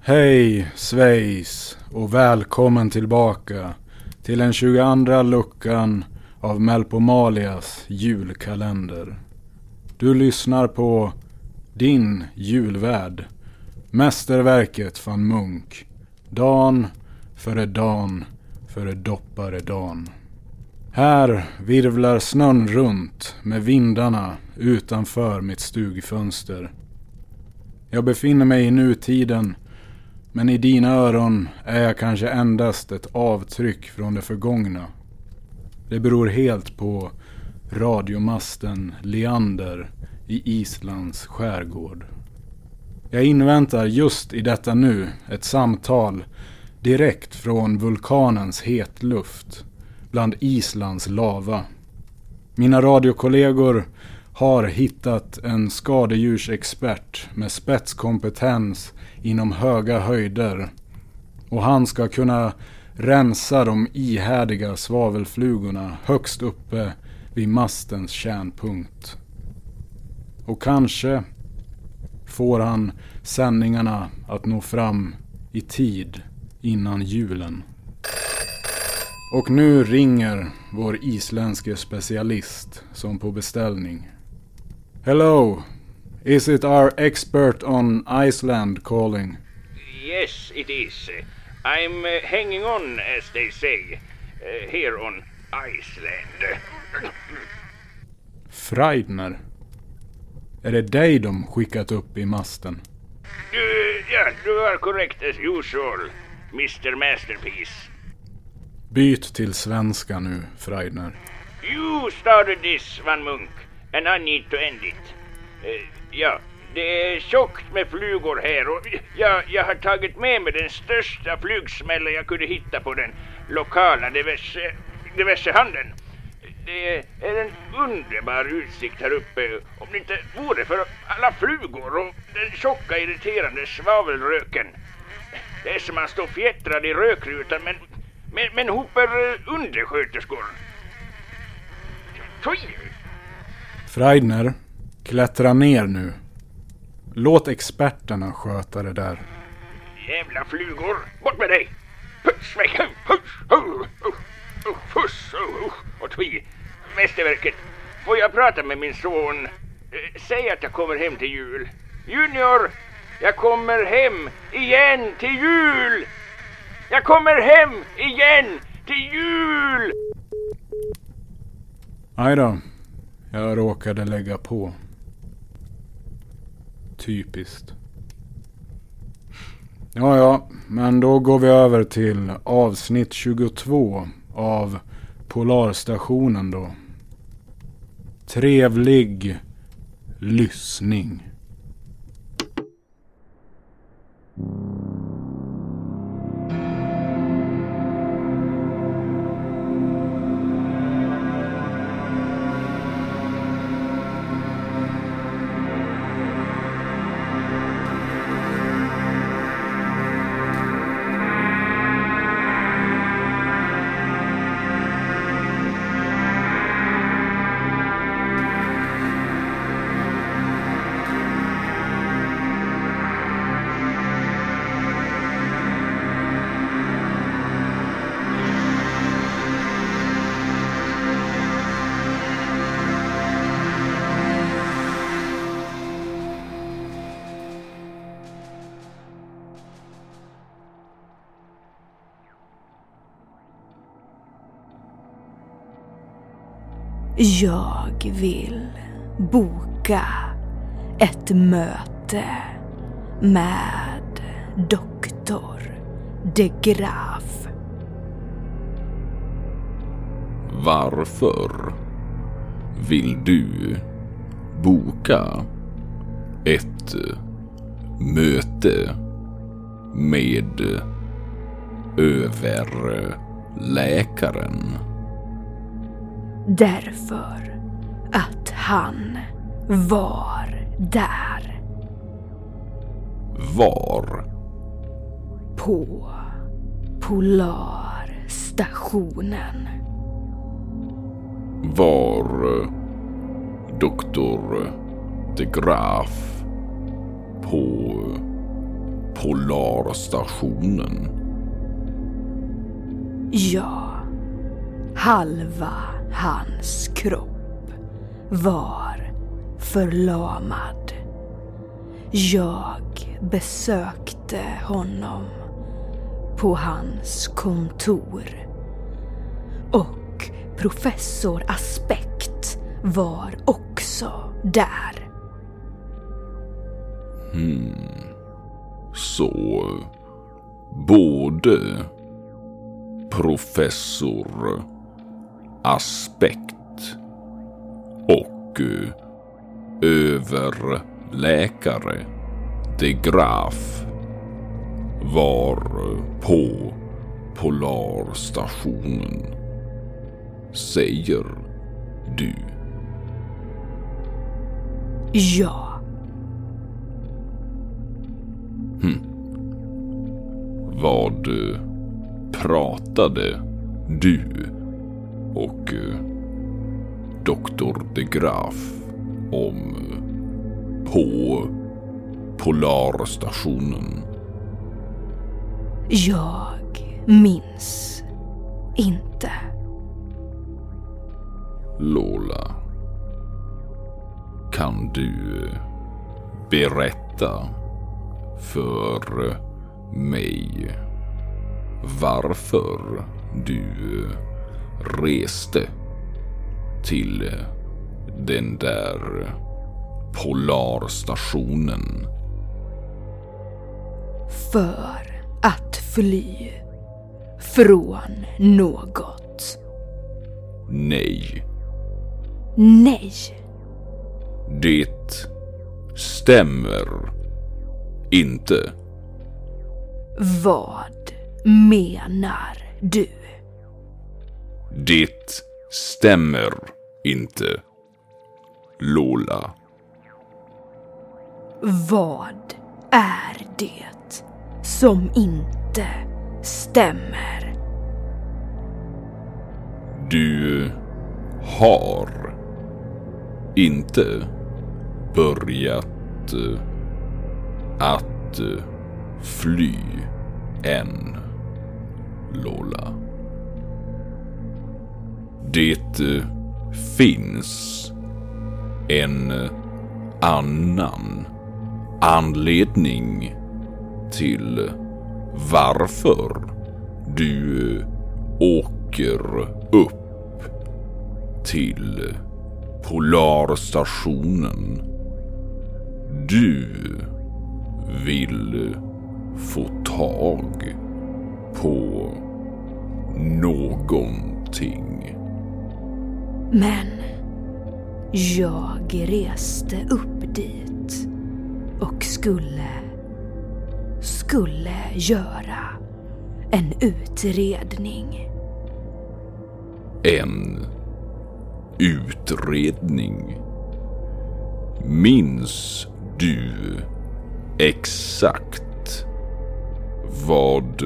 Hej Schweiz och välkommen tillbaka till den 22 luckan av Melpomalias julkalender. Du lyssnar på din julvärd, mästerverket van Munk, dan före dopparedan. Här virvlar snön runt med vindarna utanför mitt stugfönster. Jag befinner mig i nutiden, men i dina öron är jag kanske endast ett avtryck från det förgångna. Det beror helt på radiomasten Leander i Islands skärgård. Jag inväntar just i detta nu ett samtal direkt från vulkanens hetluft bland Islands lava. Mina radiokollegor har hittat en skadedjursexpert med spetskompetens inom höga höjder, och han ska kunna rensa de ihärdiga svavelflugorna högst uppe vid mastens kärnpunkt. Och kanske får han sändningarna att nå fram i tid innan julen. Och nu ringer vår isländske specialist som på beställning. Hello, is it our expert on Iceland calling? Yes, it is. I'm hanging on, as they say, here on Iceland. Freidner. Är det dig de skickat upp i masten? Ja, du are correct as usual, Mr. Masterpiece. Byt till svenska nu, Freidner. You started this, Van Munk, and I need to end it. Ja, det är tjockt med flugor här, och jag har tagit med mig den största flugsmällen jag kunde hitta på den lokala diversehandeln. Det är en underbar utsikt här uppe, om det inte vore för alla flugor och den tjocka irriterande svavelröken. Det är som man står fjättrad i rökrutan men hopar undersköterskor. Freidner, klättra ner nu. Låt experterna sköta det där. Jävla flugor, bort med dig! Puss, fuss, och tvi. Mästerverket, får jag prata med min son? Säg att jag kommer hem till jul. Junior, jag kommer hem igen till jul! Jag kommer hem igen till jul! Aj då, jag råkade lägga på. Typiskt. Ja, men då går vi över till avsnitt 22 av Polarstationen då. Trevlig lyssning. Jag vill boka ett möte med doktor de Graaf. Varför vill du boka ett möte med överläkaren? Därför att han var där. Var? På Polarstationen. Var doktor de Graaf på Polarstationen? Ja, halva hans kropp var förlamad. Jag besökte honom på hans kontor och professor Aspekt var också där. Så både professor Aspekt och överläkare de Graaf var på Polarstationen, säger du? Ja. Vad pratade du och doktor de Graaf om på Polarstationen? Jag minns inte. Lola, kan du berätta för mig varför du reste till den där Polarstationen? För att fly från något. Nej. Nej. Det stämmer inte. Vad menar du? Det stämmer inte, Lola. Vad är det som inte stämmer? Du har inte börjat att fly än, Lola. Det finns en annan anledning till varför du åker upp till Polarstationen. Du vill få tag på någonting. Men jag reste upp dit och skulle göra en utredning. En utredning? Minns du exakt vad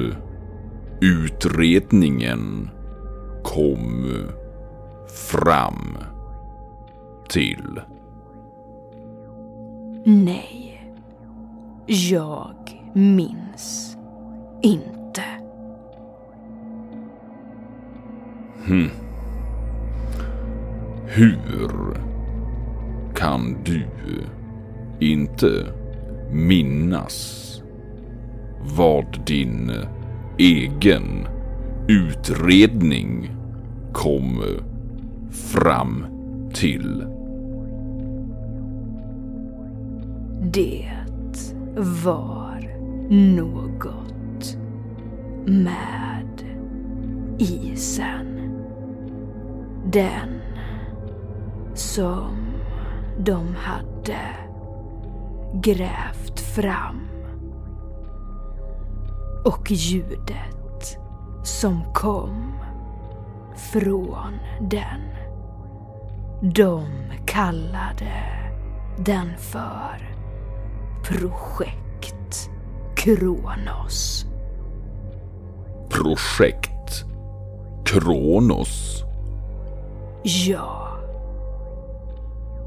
utredningen kom fram till? Nej, jag minns inte. Hur kan du inte minnas vad din egen utredning kom fram till? Det var något med isen. Den som de hade grävt fram. Och ljudet som kom från den. De kallade den för Projekt Kronos. Projekt Kronos? Ja.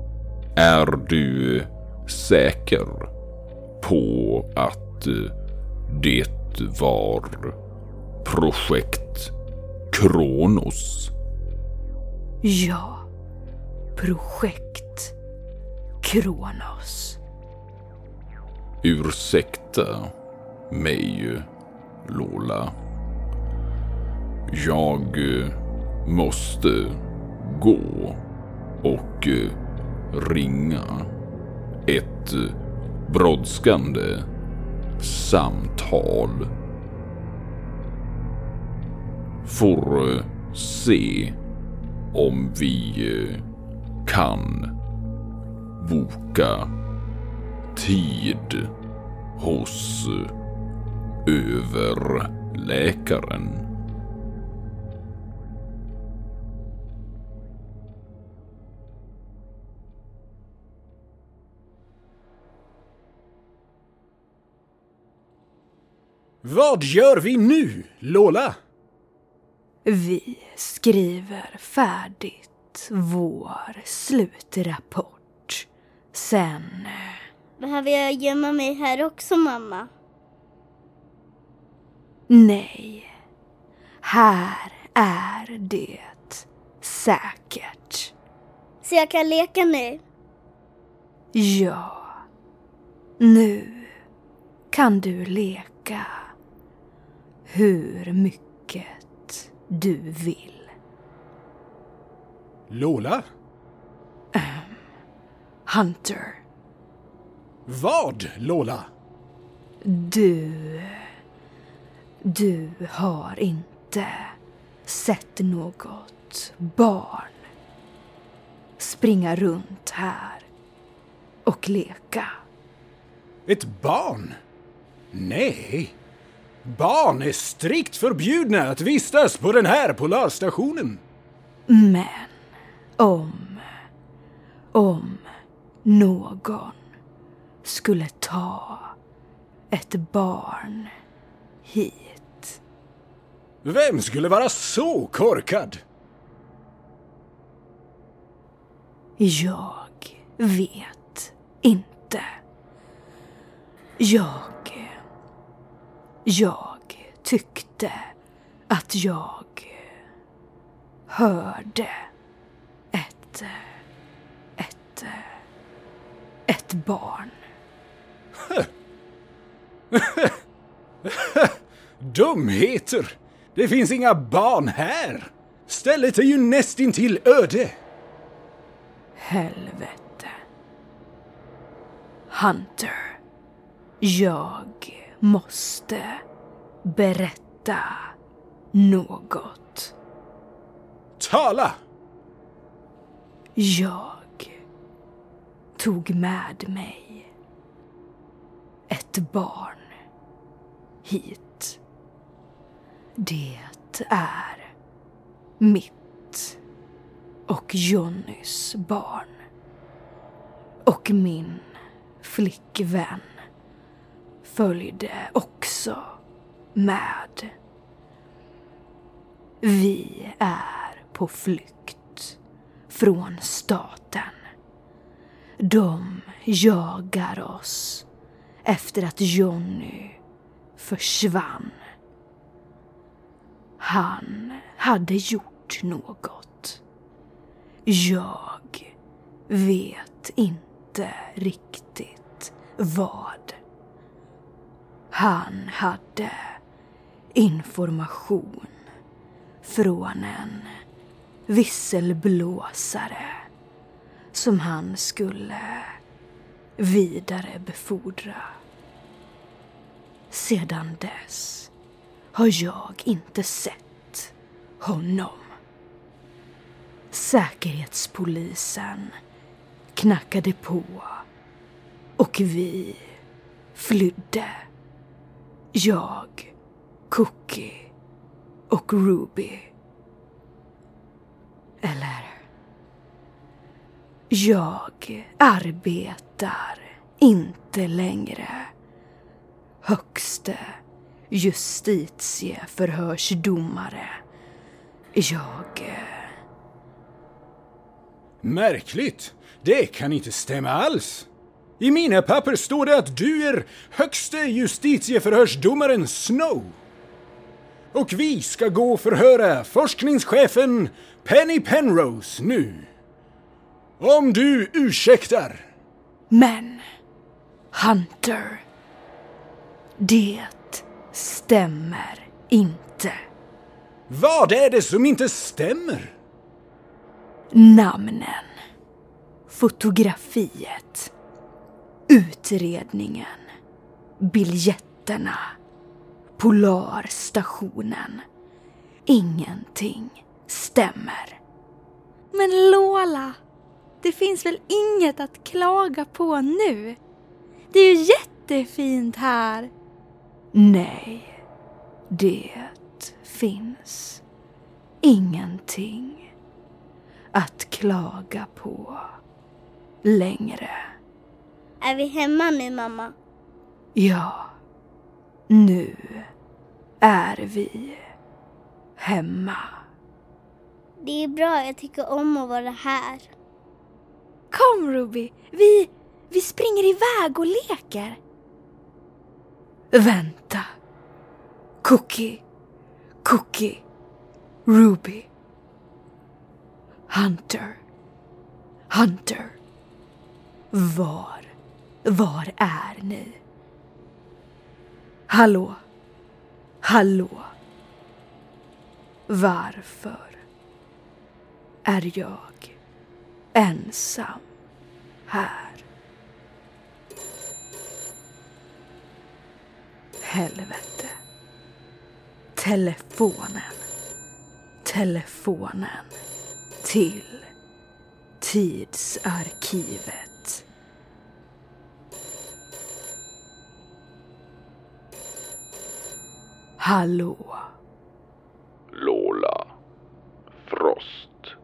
Är du säker på att Det var projekt Kronos. Ja, projekt Kronos. Ursäkta mig, Lola. Jag måste gå och ringa ett brådskande samtal. Får se om vi kan boka tid hos överläkaren. Vad gör vi nu, Lola? Vi skriver färdigt vår slutrapport. Sen... Behöver jag gömma mig här också, mamma? Nej. Här är det säkert. Så jag kan leka nu? Ja. Nu kan du leka hur mycket du vill. Lola? Hunter. Vad, Lola? Du har inte sett något barn springa runt här och leka. Ett barn? Nej. Barn är strikt förbjudna att vistas på den här polarstationen. Men om någon skulle ta ett barn hit. Vem skulle vara så korkad? Jag vet inte. Jag tyckte att jag hörde ett barn. Dumheter! Det finns inga barn här. Stället är ju nästintill öde. Helvete. Hunter. Jag måste berätta något. Tala! Jag tog med mig ett barn hit. Det är mitt och Jonnys barn. Och min flickvän följde också med. Vi är på flykt från staten. De jagar oss efter att Jonny försvann. Han hade gjort något. Jag vet inte riktigt vad. Han hade information från en visselblåsare som han skulle vidarebefordra. Sedan dess har jag inte sett honom. Säkerhetspolisen knackade på och vi flydde. Jag, Cookie och Ruby. Eller... Jag arbetar inte längre. Högste justitieförhörsdomare. Jag... Märkligt. Det kan inte stämma alls. I mina papper står det att du är högste justitieförhörsdomaren Snow. Och vi ska gå och förhöra forskningschefen Penny Penrose nu. Om du ursäktar. Men, Hunter, det stämmer inte. Vad är det som inte stämmer? Namnen, fotografiet, utredningen, biljetterna, polarstationen. Ingenting stämmer. Men Lola, det finns väl inget att klaga på nu? Det är ju jättefint här. Nej, det finns ingenting att klaga på längre. Är vi hemma nu, mamma? Ja, nu är vi hemma. Det är bra, jag tycker om att vara här. Kom Ruby, vi springer iväg och leker. Vänta. Cookie, Ruby. Hunter. Var är ni? Hallå. Varför är jag ensam här? Helvete. Telefonen till tidsarkivet. Hallå. Lola Frost.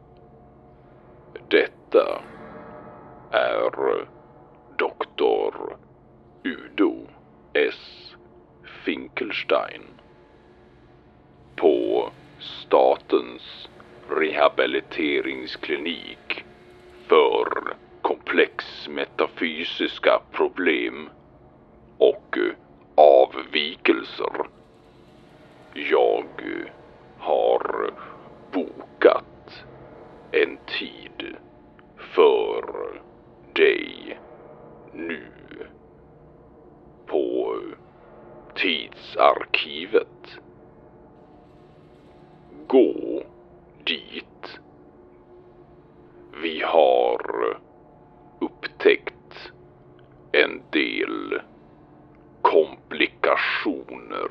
Detta är doktor Udo S. Finkelstein på Statens rehabiliteringsklinik för komplex metafysiska problem och avvikelser. Jag har bokat en tid för dig nu på tidsarkivet. Gå dit. Vi har upptäckt en del komplikationer.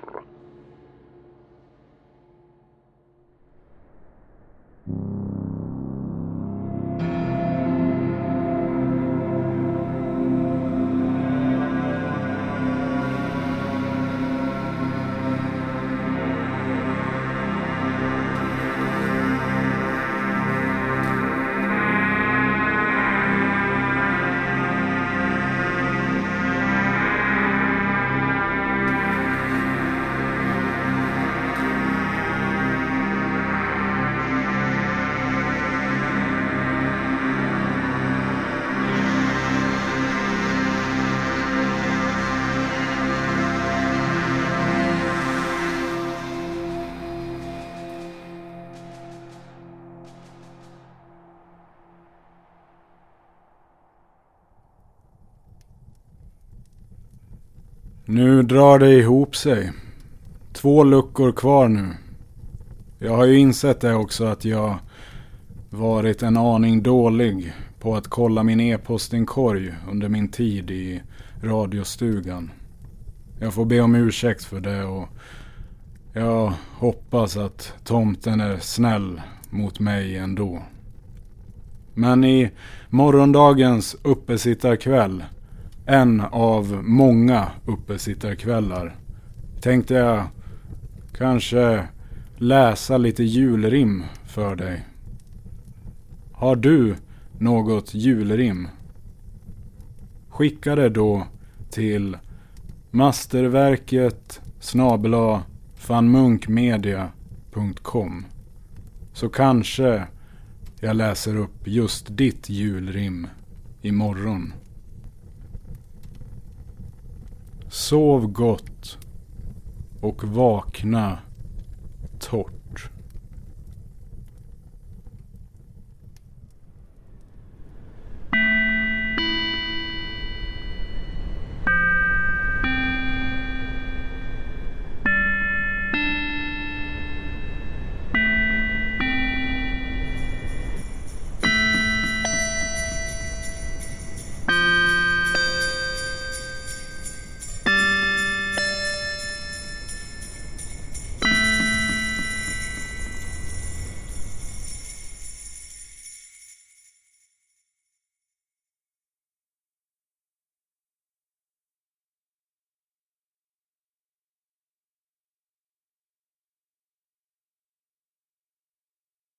Nu drar det ihop sig. 2 luckor kvar nu. Jag har ju insett det också att jag varit en aning dålig på att kolla min e-postinkorg under min tid i radiostugan. Jag får be om ursäkt för det och jag hoppas att tomten är snäll mot mig ändå. Men i morgondagens uppesittarkväll, en av många uppesittarkvällar, tänkte jag kanske läsa lite julrim för dig. Har du något julrim? Skicka det då till masterverket@fanmunkmedia.com, så kanske jag läser upp just ditt julrim imorgon. Sov gott och vakna torrt.